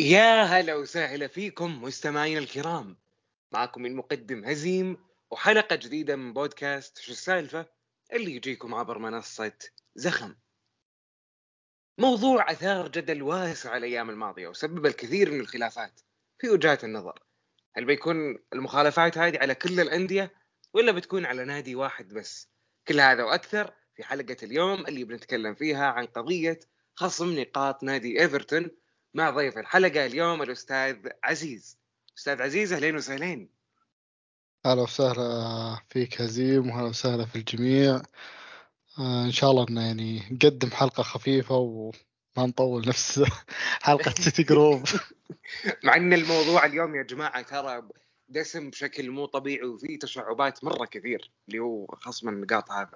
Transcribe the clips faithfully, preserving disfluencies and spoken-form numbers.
يا هلا وسهلا فيكم مستمعين الكرام. معكم المقدم هزيم، وحلقة جديدة من بودكاست شو السالفة اللي يجيكم عبر منصة زخم. موضوع أثار جدل واسع الأيام الماضية وسبب الكثير من الخلافات في وجهات النظر. هل بيكون المخالفات هذه على كل الأندية ولا بتكون على نادي واحد بس؟ كل هذا وأكثر في حلقة اليوم اللي بنتكلم فيها عن قضية خصم نقاط نادي إيفرتون مع ضيف الحلقة اليوم الأستاذ عزيز. أستاذ عزيز أهلين وسهلين. أهلا وسهلا فيك هزيم، وأهلا وسهلا في الجميع. آه إن شاء الله إنه يعني نقدم حلقة خفيفة وما نطول نفس حلقة سيتي جروب. مع أن الموضوع اليوم يا جماعة ترى دسم بشكل مو طبيعي وفيه تشعبات مرة كثير اللي هو خصم النقاط هذا.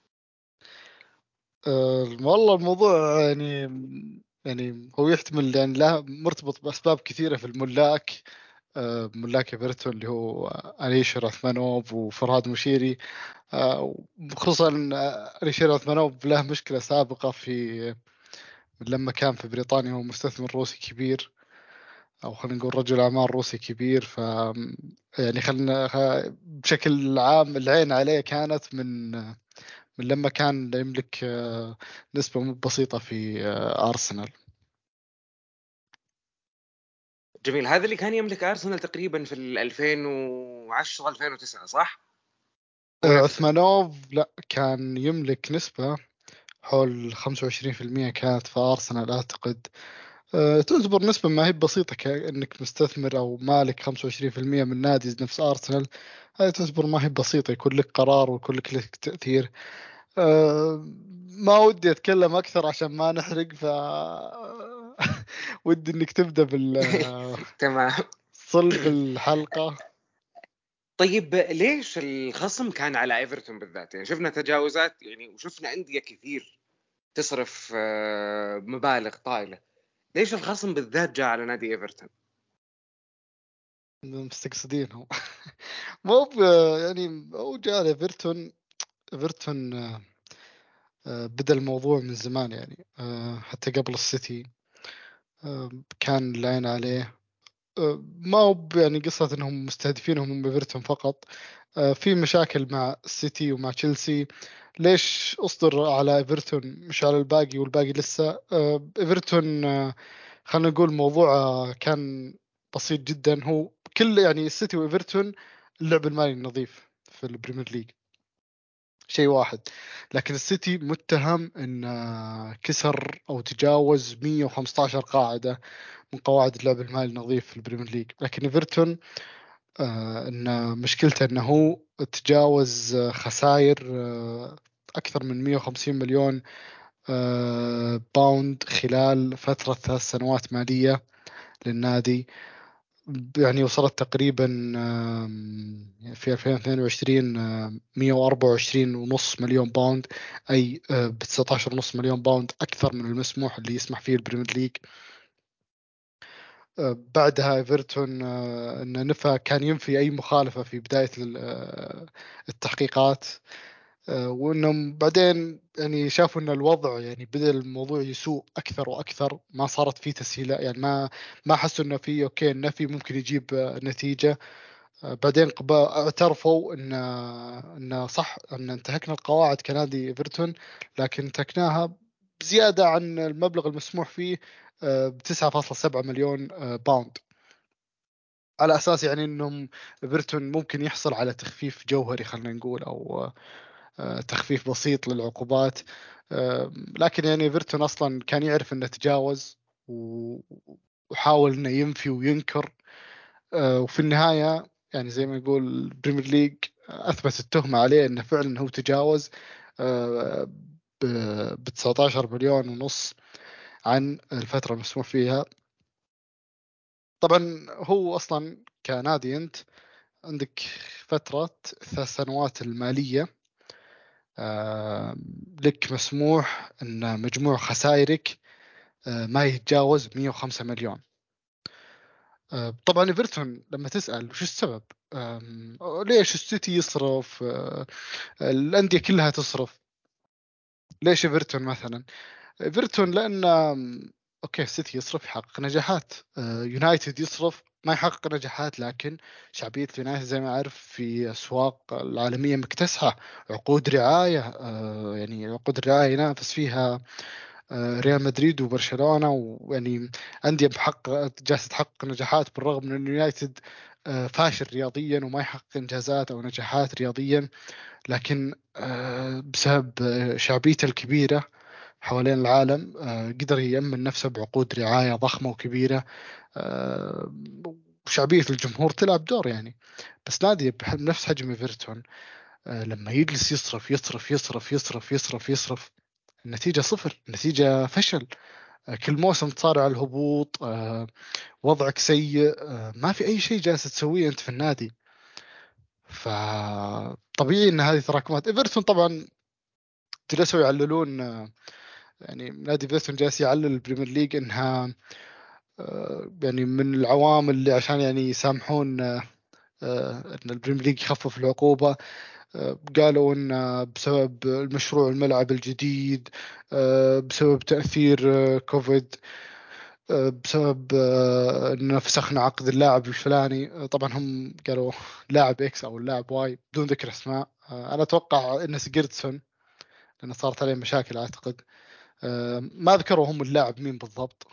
آه والله الموضوع يعني يعني هو يحتمل يعني له مرتبط بأسباب كثيرة في الملاك. آه ملاك إيفرتون اللي هو أليشير عثمانوف وفرهاد مشيري. آه خصوصا آه، أليشير عثمانوف له مشكلة سابقة في لما كان في بريطانيا. هو مستثمر روسي كبير، او خلينا نقول رجل اعمال روسي كبير. ف يعني خلينا خ- بشكل عام العين عليه كانت من من لما كان يملك آه، نسبة مو بسيطة في آه، ارسنال. جميل، هذا اللي كان يملك أرسنال تقريبا في ال ألفين وعشرة ألفين وتسعة صح؟ هو آه، نفسه. عثمانوف لا، كان يملك نسبة حول خمسة وعشرين بالمئة كانت في ارسنال اعتقد. آه، تعتبر نسبة ما هي بسيطة كأنك مستثمر أو مالك خمسة وعشرين بالمئة من نادي نفس أرسنال. هذه تعتبر ما هي بسيطة، يكون لك قرار ويكون لك لك تأثير. أه ما ودي أتكلم أكثر عشان ما نحرق. ف ودي إنك تبدأ تمام. بالصلب الحلقة. طيب ليش الخصم كان على ايفرتون بالذات؟ يعني شفنا تجاوزات يعني وشفنا أندية كثير تصرف آه، مبالغ طائلة. ليش الخصم بالذات جاء على نادي ايفرتون؟ مستقصدين هم. مو ب- يعني هو جاء لإيفرتون. إيفرتون آه، آه، بدأ الموضوع من زمان يعني، آه، حتى قبل السيتي. آه، كان العين عليه. آه، ما هو ب- يعني قصة انهم مستهدفينهم هم ايفرتون فقط. آه، في مشاكل مع السيتي ومع تشيلسي. ليش اصدر على ايفرتون مش على الباقي والباقي لسه؟ آه، ايفرتون آه، خلينا نقول الموضوع آه، كان بسيط جدا. هو كل يعني السيتي وايفرتون اللعب المالي النظيف في البريمير ليج شيء واحد. لكن السيتي متهم ان آه، كسر او تجاوز مئة وخمسة عشر قاعدة من قواعد اللعب المالي النظيف في البريمير ليج. لكن ايفرتون آه ان مشكلته انه هو تجاوز آه، خسائر آه اكثر من مئة وخمسين مليون آه باوند خلال فترة ثلاث سنوات مالية للنادي. يعني وصلت تقريبا آم، في ألفين واثنين وعشرين آه، مئة وأربعة وعشرين ونص مليون باوند، أي ب تسعة عشر ونص مليون باوند أكثر من المسموح اللي يسمح فيه البريمير ليج. آه، بعدها ايفرتون آه، انه نفى، كان ينفي اي مخالفه في بدايه ال- آه، التحقيقات. آه، وانهم بعدين يعني شافوا ان الوضع يعني بدأ الموضوع يسوء اكثر واكثر. ما صارت فيه تسهيلات، يعني ما ما حسوا انه في اوكي النفي ممكن يجيب آه، نتيجه. آه، بعدين قبا- اعترفوا ان ان صح ان انتهكنا القواعد كنادي ايفرتون، لكن انتهكناها بزياده عن المبلغ المسموح فيه ب تسعة فاصلة سبعة مليون آه، باوند. على اساس يعني انهم ايفرتون ممكن يحصل على تخفيف جوهري خلينا نقول، او آه، تخفيف بسيط للعقوبات. آه، لكن يعني ايفرتون اصلا كان يعرف انه تجاوز و- وحاول انه ينفي وينكر. آه، وفي النهاية يعني زي ما يقول البريمير ليج اثبت التهمة عليه انه فعلا هو تجاوز آه، ب تسعة عشر مليون ونص عن الفترة المسموح فيها. طبعا هو اصلا كنادي انت عندك فترة ثلاث سنوات المالية، آه، لك مسموح أن مجموع خسائرك آه، ما يتجاوز مئة وخمسة مليون. آه، طبعا ايفرتون لما تسأل وش السبب، آم، ليش السيتي يصرف، آه، الأندية كلها تصرف، ليش ايفرتون مثلا؟ ايفرتون لأن اوكي سيتي يصرف يحقق نجاحات، آه، يونايتد يصرف ما يحقق نجاحات، لكن شعبية يونايتد زي ما أعرف في أسواق العالمية مكتسحة. عقود رعاية، آه، يعني عقود الرعاية ينافس فيها آه، ريال مدريد وبرشلونة، ويعني أندية محققة جالسة تحقق نجاحات، بالرغم من أن يونايتد آه، فاشل رياضيا وما يحقق إنجازات أو نجاحات رياضيا، لكن آه، بسبب آه، شعبيته الكبيرة حوالين العالم آه، قدر يأمن نفسه بعقود رعاية ضخمة وكبيرة. آه، وشعبية الجمهور تلعب دور يعني. بس نادي بح- بنفس حجم ايفرتون آه، لما يجلس يصرف يصرف يصرف يصرف يصرف يصرف، النتيجة صفر، النتيجة فشل. آه، كل موسم تصارع الهبوط، آه، وضعك سيء، آه، ما في أي شيء جالس تسويه أنت في النادي. فطبيعي أن هذه تراكمات ايفرتون طبعا جلسوا يعللون، آه، يعني نادي ايفرتون جالس يعلل البريمير ليج انها آه، يعني من العوامل اللي عشان يعني يسامحون آه، آه، ان البريمير ليج يخفف العقوبة. آه، قالوا ان آه، بسبب المشروع الملعب الجديد، آه، بسبب تأثير آه، كوفيد، آه، بسبب آه، ان فسخنا عقد اللاعب الفلاني. آه، طبعا هم قالوا لاعب اكس او اللاعب واي بدون ذكر اسماء. آه، انا اتوقع ان سجيرتسون، لان صارت عليه مشاكل اعتقد. آه، ما ذكروا هم اللاعب مين بالضبط.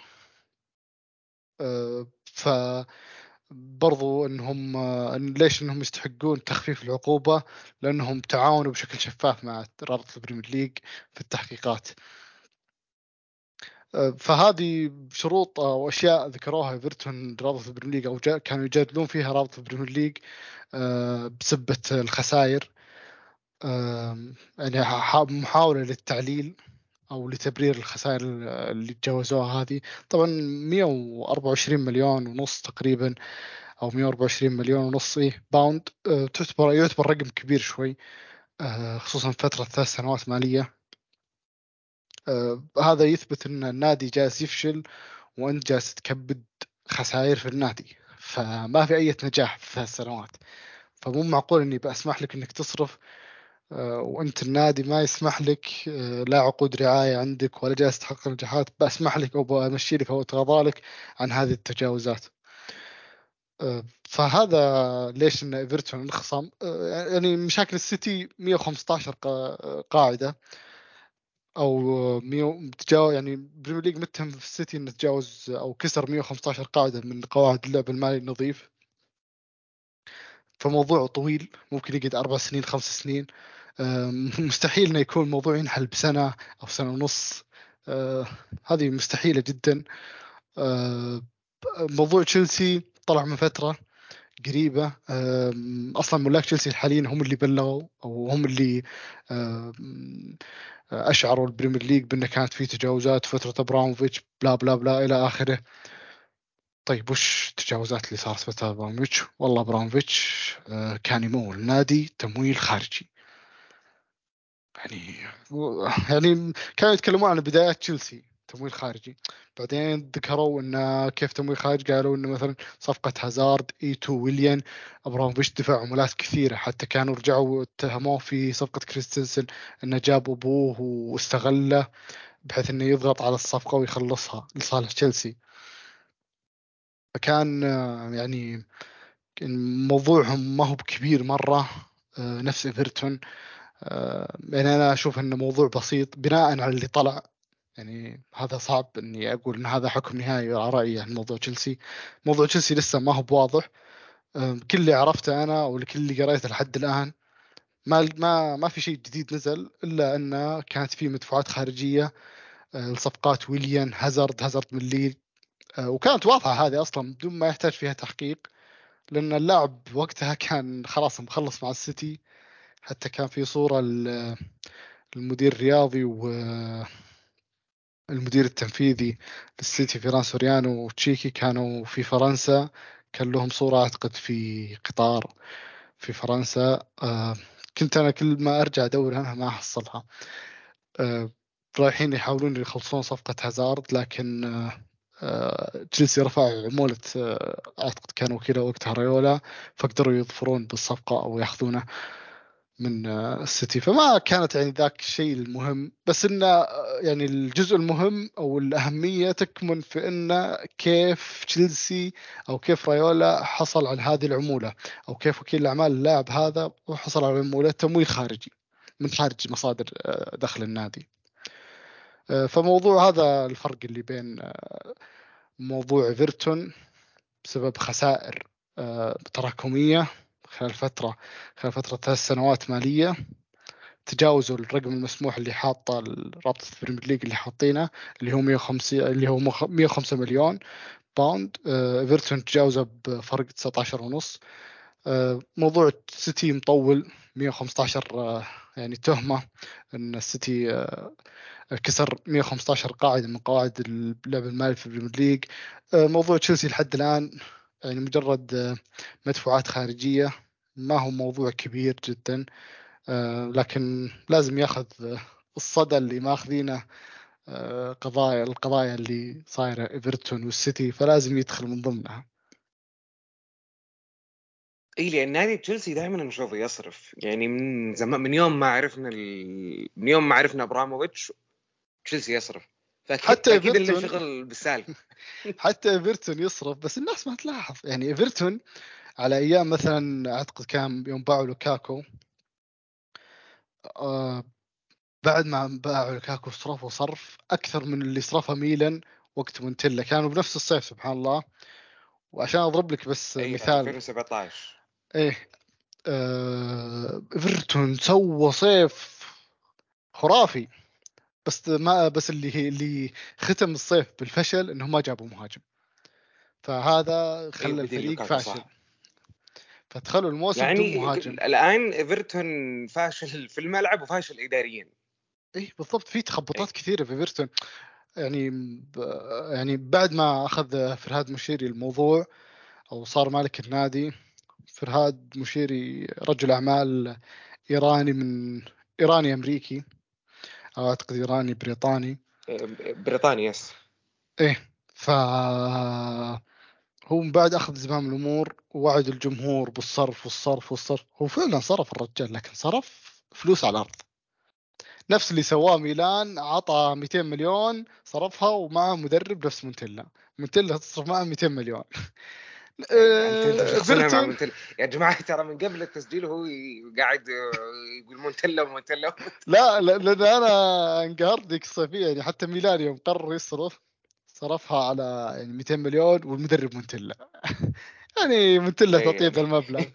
آه، ف برضو انهم آه، إن ليش انهم يستحقون تخفيف العقوبة، لانهم تعاونوا بشكل شفاف مع رابطة البريمير ليج في التحقيقات. آه، فهذه شروط آه، واشياء ذكروها ايفرتون رابطة البريمير ليج، او جا كانوا يجادلون فيها رابطة البريمير ليج آه، بسبة الخسائر. آم، يعني ح- محاولة للتعليل او لتبرير الخسائر اللي تجاوزوها هذه. طبعا مئة وأربعة وعشرين مليون ونص تقريبا، او مئة وأربعة وعشرين مليون ونص ايه باوند، آه، تعتبر يعتبر رقم كبير شوي، آه، خصوصا فترة ثلاث سنوات مالية. آه، هذا يثبت ان النادي جالس يفشل، وانت جالس تكبد خسائر في النادي، فما في اي نجاح في ثلاث سنوات. فمو معقول اني بسمح لك انك تصرف آه، وانت النادي ما يسمح لك، آه، لا عقود رعاية عندك ولا جالس تحقق نجاحات، بسمح لك او بمشي لك او اتغاضى لك عن هذه التجاوزات. آه، فهذا ليش ان ايفرتون انخصم. آه، يعني مشاكل السيتي مئة وخمسة عشر قا- قاعدة، او مئة تجاوز، يعني بريمير ليج متهم في السيتي انه تجاوز او كسر مئة وخمسة عشر قاعدة من قواعد اللعب المالي النظيف. فموضوع طويل، ممكن يقعد أربع سنين خمس سنين. آه، مستحيل انه يكون الموضوع ينحل بسنة او سنة ونص. آه، هذه مستحيلة جدا. آه، موضوع تشيلسي طلع من فترة قريبة. أم، أصلا ملاك تشيلسي حاليا هم اللي بلغوا، أو هم اللي أم، أشعروا البريمير ليج بأن كانت في تجاوزات فترة أبراموفيتش بلا بلا بلا إلى آخره. طيب وش التجاوزات اللي صارت فترة أبراموفيتش؟ والله أبراموفيتش أه، كان يمول النادي تمويل خارجي. يعني يعني كانوا يتكلمون عن بدايات تشيلسي تمويل خارجي. بعدين ذكروا ان كيف تمويل خارجي، قالوا انه مثلا صفقة هازارد، ايتو، ويليان، ابراموفيتش دفع عملات كثيرة، حتى كانوا رجعوا اتهموه في صفقة كريستنسن انه جاب ابوه واستغله بحيث انه يضغط على الصفقة ويخلصها لصالح تشيلسي. فكان آه، يعني موضوعهم ما هو بكبير مرة، آه، نفس ايفرتون. آه، يعني أنا أشوف أنه موضوع بسيط بناء على اللي طلع. يعني هذا صعب إني أقول إن هذا حكم نهائي على رأيي عن موضوع تشيلسي. موضوع تشيلسي لسه ما هو بواضح. آه، كل اللي عرفته أنا وكل اللي قريته لحد الآن، ما ما ما في شيء جديد نزل إلا أن كانت في مدفوعات خارجية آه، لصفقات ويليان، هازارد هازارد من ليل. آه، وكانت واضحة هذه أصلا بدون ما يحتاج فيها تحقيق، لأن اللاعب وقتها كان خلاص مخلص مع السيتي. حتى كان في صورة ال- المدير الرياضي والمدير التنفيذي للسيتي فيران سوريانو وتشيكي كانوا في فرنسا. كان لهم صورة أعتقد في قطار في فرنسا. آه كنت أنا كل ما أرجع أدور عنها ما أحصلها. آه رايحين يحاولون يخلصون صفقة هازارد، لكن آه آه تشيلسي رفع عمولة، آه أعتقد كان وكيله وقتها ريولا، فقدروا يظفرون بالصفقة أو يأخذونه. من آه، السيتي، فما كانت يعني ذاك الشيء المهم. بس إنه آه، يعني الجزء المهم أو الأهمية تكمن في إنه كيف تشيلسي أو كيف رايولا حصل على هذه العمولة، أو كيف وكيل الأعمال اللاعب هذا وحصل على عمولة تمويل خارجي من خارج مصادر آه، دخل النادي. آه، فموضوع هذا الفرق اللي بين آه، موضوع إيفرتون بسبب خسائر آه، تراكمية خلال فترة خلال فترة ثلاث سنوات مالية، تجاوزوا الرقم المسموح اللي حاطه رابطة البريمير ليج اللي حاطينه، اللي هو مية وخمسين اللي هو مية وخمسة مليون باوند. آه، ايفرتون تجاوزه بفرق تسعة عشر ونص. آه، موضوع السيتي مطول مية وخمسة عشر آه، يعني تهمة ان السيتي آه، كسر مية وخمسة عشر قاعدة من قواعد اللعب المالي في البريمير ليج. آه، موضوع تشيلسي لحد الآن يعني مجرد آه، مدفوعات خارجية، ما هو موضوع كبير جدا. آه، لكن لازم ياخذ آه، الصدى اللي ماخذينه آه، قضايا القضايا اللي صايرة إيفرتون والسيتي، فلازم يدخل من ضمنها. اي لان نادي تشيلسي دائما نشوفه يصرف، يعني من زمان، من يوم ما عرفنا ال... من يوم ما عرفنا ابراموفيتش تشيلسي يصرف، فاكيد حتى اكيد اللي إيفرتون شغل بالسالفه. حتى إيفرتون يصرف، بس الناس ما تلاحظ. يعني إيفرتون على أيام مثلا أعتقد كان يوم باعوا لوكاكو، آه بعد ما باعوا لوكاكو صرفوا صرف أكثر من اللي صرفه ميلان وقت مونتيلا، كانوا بنفس الصيف سبحان الله. وعشان أضرب لك بس اي في مثال، ألفين وسبعطعش. إيه آه إيفرتون سوى صيف خرافي، بس ما بس اللي هي اللي ختم الصيف بالفشل انهم ما جابوا مهاجم، فهذا اي خلى بديل الفريق لوكاكو فاشل، صح. فدخلوا الموسم بدون يعني مهاجم. الان ايفرتون فاشل في الملعب وفاشل اداريا. اي بالضبط، في اي تخبطات كثيره في ايفرتون. يعني ب... يعني بعد ما اخذ فرهاد مشيري الموضوع او صار مالك النادي، فرهاد مشيري رجل اعمال ايراني من ايراني امريكي، او اعتقد ايراني بريطاني. بريطانيا يس. ايه ف هو من بعد أخذ زمام الأمور ووعد الجمهور بالصرف والصرف والصرف. هو فعلا صرف الرجال، لكن صرف فلوس على الأرض، نفس اللي سواه ميلان، عطى مئتين مليون صرفها ومعه مدرب نفس مونتيلا. مونتيلا تصرف معه مئتين مليون. انت انت آه، بتخصنها مع ايفرتون. مونتيلا يا جماعه، ترى من قبل التسجيل وهو قاعد يقول مونتيلا ومونتيلا. لا لا- لأن أنا انقهرت ذيك الصيفية. يعني حتى ميلان يوم قرر يصرف صرفها على يعني مئتين مليون والمدرب مونتيلا. يعني مونتيلا تعطيه ذا يعني المبلغ.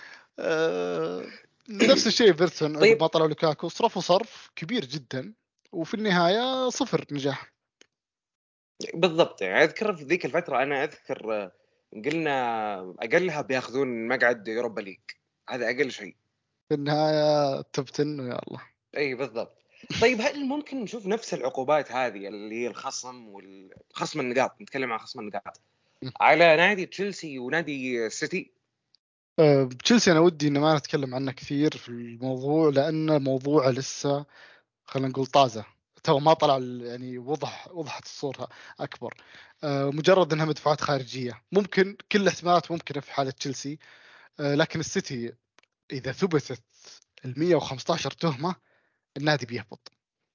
آه، نفس الشيء فيرتون عقب طيب ما طلعوا لوكاكو صرفوا صرف كبير جدا، وفي النهاية صفر نجاح. بالضبط، يعني اذكر في ذيك الفتره، انا اذكر آه، قلنا اقلها بياخذون مقعد يوروبا ليج، هذا اقل شيء. في النهاية توب عشرة ويا الله. اي بالضبط. طيب هل ممكن نشوف نفس العقوبات هذه اللي هي الخصم والخصم النقاط، نتكلم عن خصم النقاط على نادي تشيلسي ونادي السيتي؟ آه، تشيلسي أنا ودي إن ما نتكلم عنه كثير في الموضوع، لأن موضوعه لسه خلينا نقول طازة، تو ما طلع ال- يعني وضح وضحت الصورة أكبر. آه، مجرد أنها مدفوعات خارجية، ممكن كل الاحتمالات ممكنة في حالة تشيلسي. آه، لكن السيتي إذا ثبتت ال مية وخمسة عشر تهمة النادي بيهبط.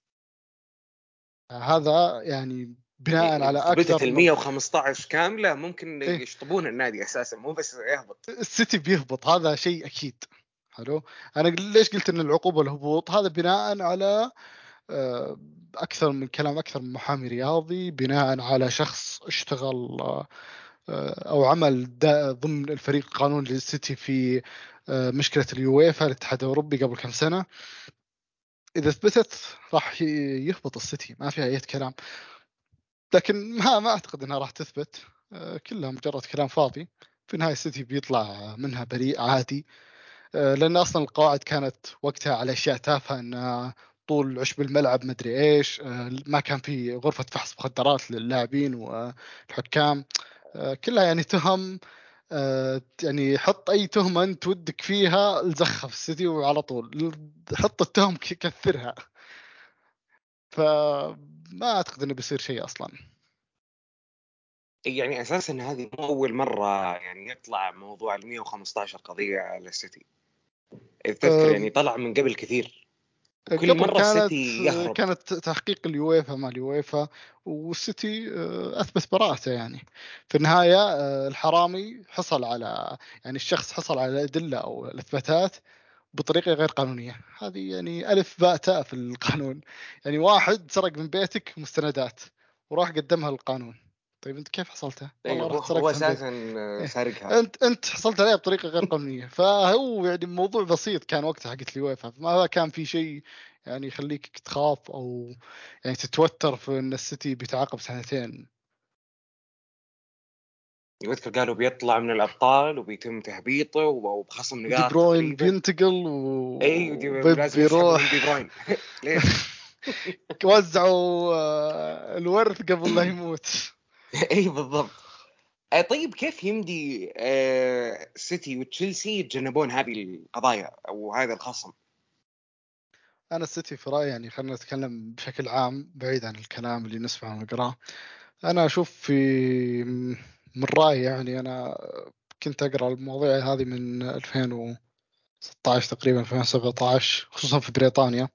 هذا يعني بناء إيه، على ثبتت اكثر ال من مية وخمسة عشر كامله ممكن إيه يشطبون النادي اساسا، مو بس يهبط. السيتي بيهبط، هذا شيء اكيد. حلو. انا ليش قلت ان العقوبه الهبوط؟ هذا بناء على آه، اكثر من كلام اكثر من محامي رياضي، بناء على شخص اشتغل آه، آه، او عمل دا- ضمن الفريق القانوني للسيتي في آه، مشكله اليويفا الاتحاد الاوروبي قبل كم سنه. اذا ثبتت راح ي- يهبط السيتي، ما فيها اي كلام. لكن ما ما اعتقد انها راح تثبت. آه، كلها مجرد كلام فاضي. في النهايه السيتي بيطلع منها بريء عادي. آه، لان اصلا القواعد كانت وقتها على اشياء تافهه، ان طول عشب الملعب مدري ايش، آه، ما كان في غرفه فحص مخدرات للاعبين والحكام. آه، كلها يعني تهم. آه، يعني حط اي تهمه انت ودك فيها الزخها في السيتي وعلى طول حط التهم ك- كثرها. فما اعتقد انه بيصير شيء اصلا. يعني اساسا هذه مو اول مره يعني يطلع موضوع ال مية وخمسة عشر قضيه على السيتي. تذكر يعني طلع من قبل كثير، وكل قبل مرة كانت السيتي يهرب. كانت تحقيق اليويفا مع اليويفا، والسيتي آه، أثبت براءته يعني. في النهاية آه، الحرامي حصل على، يعني الشخص حصل على الأدلة أو الإثباتات بطريقة غير قانونية. هذه يعني ألف باء تاء في القانون. يعني واحد سرق من بيتك مستندات وراح قدمها للقانون، طيب أنت كيف حصلتها؟ والله ايوه، هو رحت هو سرقتها من بيتك. اساسا آه، سارقها. انت انت حصلت عليها بطريقه غير قانونيه. فهو يعني موضوع بسيط كان وقتها حقت اليويفا، ما كان في شيء يعني يخليك تخاف او يعني تتوتر في ان السيتي بيتعاقب سنتين. يذكر قالوا بيطلع من الابطال وبيتم تهبيطه وبخصم ودي نقاط بروين تقريبا. بينتقل اي، ودي- وبيب ولازم يسحبوا من دي بيروح. بروين. ليش؟ وزعوا آه، الورث قبل لا يموت. اي بالضبط. آه، طيب كيف يمدي آه، سيتي وتشيلسي يتجنبون هذه القضايا او هذا الخصم؟ انا السيتي في رايي، يعني خلينا نتكلم بشكل عام بعيد عن الكلام اللي نسمعه ونقراه. انا اشوف في، من رايي يعني، انا كنت اقرا المواضيع هذه من ألفين وستة عشر تقريبا ألفين وسبعة عشر، خصوصا في بريطانيا.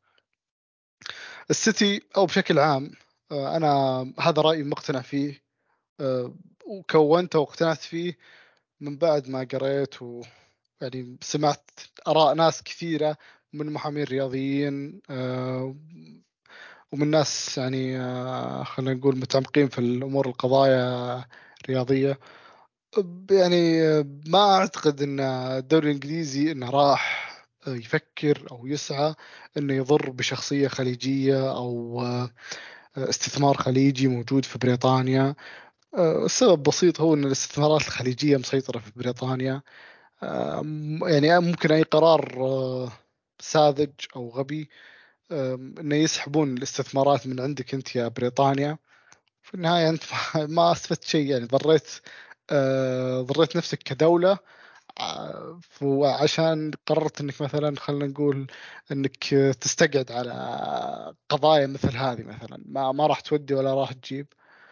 السيتي او بشكل عام، آه، انا هذا رايي مقتنع فيه، آه، وكونته واقتنعت فيه من بعد ما قريت و يعني سمعت آراء ناس كثيرة من محامين رياضيين، آه، ومن ناس يعني آه، خلينا نقول متعمقين في الأمور القضايا الرياضية. يعني آه، ما أعتقد أن الدوري الإنجليزي أنه راح آه، يفكر أو يسعى أنه يضر بشخصية خليجية أو آه، استثمار خليجي موجود في بريطانيا. آه، السبب بسيط، هو أن الاستثمارات الخليجية مسيطرة في بريطانيا. آه، م- يعني ممكن أي قرار آه، ساذج أو غبي، آم، انه يسحبون الاستثمارات من عندك انت يا بريطانيا. في النهاية انت ما ما استفدت شيء، يعني ضريت آه، ضريت نفسك كدولة. آه، وعشان قررت انك مثلا خلينا نقول انك تستقعد على قضايا مثل هذه، مثلا ما ما راح تودي ولا راح تجيب.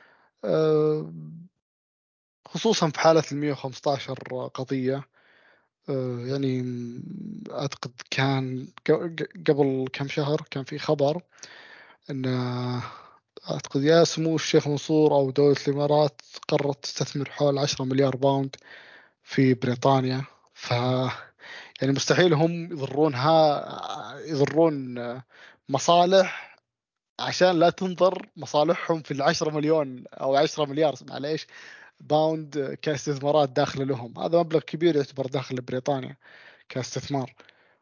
آه، خصوصا في حالة ال مئة وخمسة عشر قضية. آه، يعني أعتقد كان ق- قبل كم شهر كان في خبر أن أعتقد يا سمو الشيخ منصور أو دولة الإمارات قررت تستثمر حول عشرة مليار باوند في بريطانيا. ف يعني مستحيل هم يضرونها يضرون مصالح عشان لا تنظر مصالحهم في العشرة مليون أو عشرة مليار، معليش، باوند كاستثمارات داخل لهم. هذا مبلغ كبير يعتبر داخل بريطانيا كاستثمار.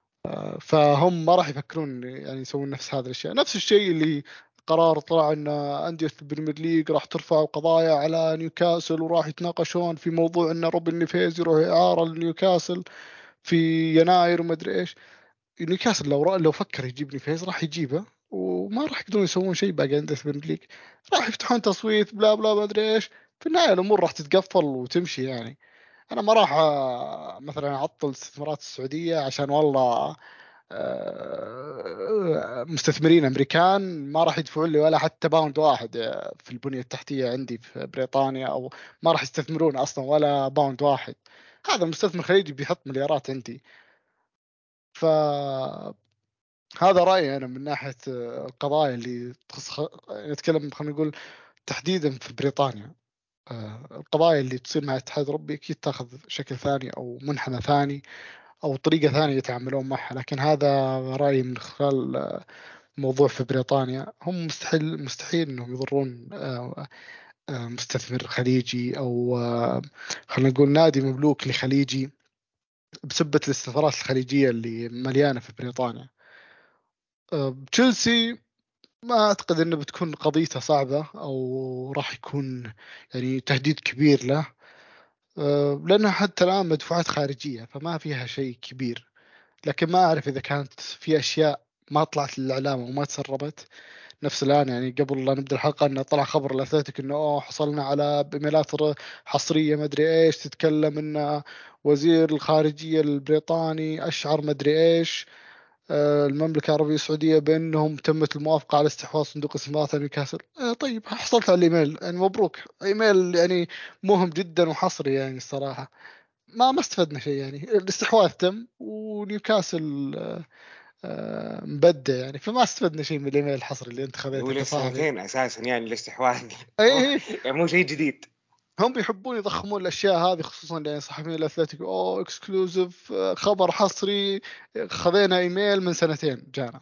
فهم ما راح يفكرون يعني يسوون نفس هذه الاشياء. نفس الشيء اللي قرار طلع ان انديه البريمير ليج راح ترفع قضايا على نيوكاسل، وراح يتناقشون في موضوع ان روبن نيفيز يروح اعاره لنيوكاسل في يناير وما ادري ايش. نيوكاسل لو لو فكر يجيب نيفيز راح يجيبه، وما راح يقدرون يسوون شيء باقي انديه البريمير ليج. راح يفتحون تصويت بلا بلا ما ادري ايش. في النهايه الامور راح تتقفل وتمشي يعني. انا ما راح آه، مثلا اعطل استثمارات السعوديه عشان والله آه، مستثمرين امريكان ما راح يدفعون لي ولا حتى باوند واحد آه، في البنيه التحتيه عندي في بريطانيا، او ما راح يستثمرون اصلا ولا باوند واحد. هذا مستثمر خليجي بيحط مليارات عندي. فهذا رايي انا من ناحيه آه، القضايا اللي تخص خ- نتكلم خلينا نقول تحديدا في بريطانيا. آه، القضايا اللي تصير مع الاتحاد الاوروبي اكيد تاخذ شكل ثاني او منحنى ثاني او طريقه ثانيه يتعاملون معها. لكن هذا رايي من خلال موضوع في بريطانيا. هم مستحيل مستحيل انهم يضرون آه، آه، مستثمر خليجي او آه، خلينا نقول نادي مملوك لخليجي بسبة الاستثمارات الخليجية اللي مليانة في بريطانيا. آه، تشيلسي ما اعتقد انه بتكون قضيته صعبة او راح يكون يعني تهديد كبير له، آه، لانها حتى الان مدفوعات خارجية فما فيها شيء كبير. لكن ما اعرف اذا كانت في اشياء ما طلعت للاعلام وما تسربت نفس الآن. يعني قبل لا نبدأ الحلقة انه طلع خبر الأثلتيك انه أوه حصلنا على ايميلات ر- حصرية ما ادري ايش تتكلم ان وزير الخارجية البريطاني اشعر ما ادري ايش آه، المملكة العربية السعودية بانهم تمت الموافقة على استحواذ صندوق استثمارات نيوكاسل. آه، طيب حصلت على الايميل، يعني مبروك، ايميل يعني مهم جدا وحصري يعني الصراحة. ما ما استفدنا شيء يعني. الاستحواذ تم ونيوكاسل آه، آه، مبدع يعني، فما استفدنا شيء من الايميل الحصري اللي انت خذيته يقول كصاحبي. سنتين اساسا يعني الاستحواذ. مو- اي يعني مو شيء جديد. هم بيحبون يضخمون الاشياء هذه، خصوصا يعني صحفيين الاتلتيكو، اوه اكسكلوزيف، خبر حصري، خذينا ايميل من سنتين جانا.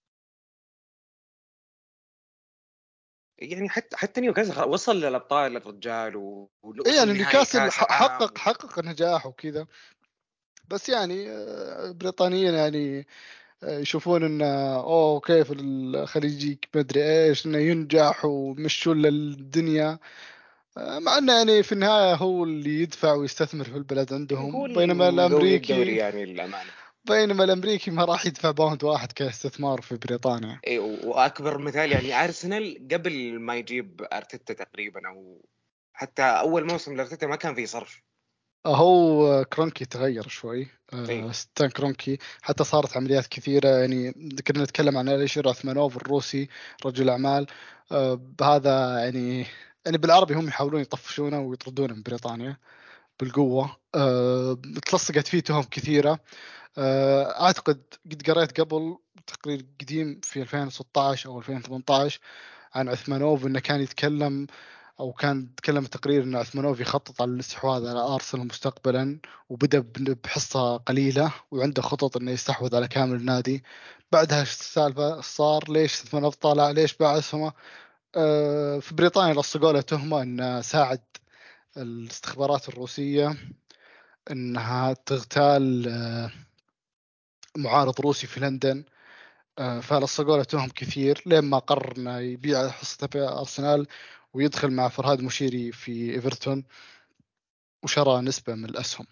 يعني حتى حتى نيوكاسل وصل للابطال الرجال و- اي ووصل يعني نهائي نيوكاسل كاس ح- عام حقق و... حقق نجاح وكذا، بس يعني آه، بريطانيين يعني آه، يشوفون انه اوه كيف الخليجي مدري ايش انه ينجح ومشوا له الدنيا، آه، مع انه يعني في النهاية هو اللي يدفع ويستثمر في البلد هو عندهم، بينما المقوي الدوري الامريكي يعني للامانه. بينما الامريكي ما راح يدفع باوند واحد كاستثمار في بريطانيا. اي واكبر مثال يعني ارسنال قبل ما يجيب ارتيتا تقريبا، او حتى اول موسم لارتيتا ما كان فيه صرف. هو كرونكي تغير شوي، اي آه، ستان كرونكي، حتى صارت عمليات كثيرة يعني. كنا نتكلم عن اليشير عثمانوف الروسي، رجل أعمال، آه، بهذا يعني يعني بالعربي هم يحاولون يطفشونه ويطردونه من بريطانيا بالقوة. أه تلصقت فيه تهم كثيرة. أه أعتقد قد قريت قبل تقرير قديم في ألفين وستة عشر أو ألفين وثمانية عشر عن عثمانوف، انه كان يتكلم او كان تكلم تقرير ان عثمانوف يخطط على الاستحواذ على ارسنال مستقبلا، وبدا بحصه قليله وعنده خطط انه يستحوذ على كامل النادي. بعدها ايش السالفه صار؟ ليش عثمانوف طالع؟ ليش باع اسهمه؟ آه في بريطانيا لصقوا له تهمه انه ساعد الاستخبارات الروسيه انها تغتال آه، معارض روسي في لندن. آه، فلصقوا له تهم كثير لين ما قرر انه يبيع حصته في ارسنال ويدخل مع فرهاد مشيري في ايفرتون وشرى نسبة من الاسهم.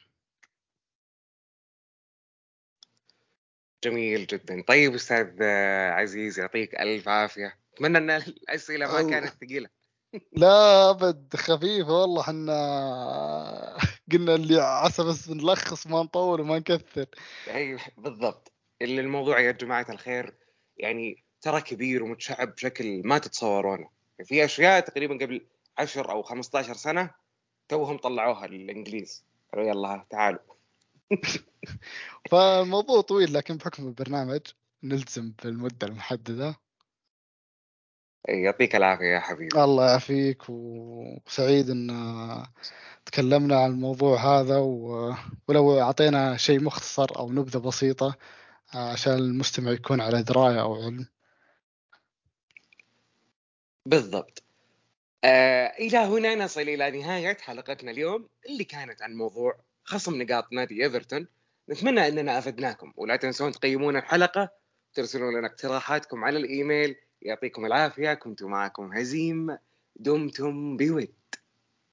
جميل جدا. طيب استاذ آه، عزيز، يعطيك الف عافيه. اتمنى ان الاسئله ما الله، كانت ثقيله. لا ابد خفيفة والله. حنا قلنا اللي عسى بس نلخص ما نطول وما نكثر. اي بالضبط. اللي الموضوع يا جماعه الخير يعني ترى كبير ومتشعب بشكل ما تتصورونه. في اشياء تقريبا قبل عشر او خمسة عشر سنه توهم طلعوها الانجليز، قالوا يلا ها تعالوا. فالموضوع طويل، لكن بحكم البرنامج نلزم بالمدة المحددة. يعطيك العافيه يا حبيبي. الله يعافيك، وسعيد ان تكلمنا عن الموضوع هذا و... ولو أعطينا شيء مختصر أو نبذة بسيطة عشان المستمع يكون على دراية أو علم. بالضبط. آه إلى هنا نصل إلى نهاية حلقتنا اليوم، اللي كانت عن موضوع خصم نقاط نادي إيفرتون. نتمنى أننا أفدناكم، ولا تنسون تقيمون الحلقة، ترسلون لنا اقتراحاتكم على الإيميل. يعطيكم العافية. كنت معكم هزيم، دمتم بود.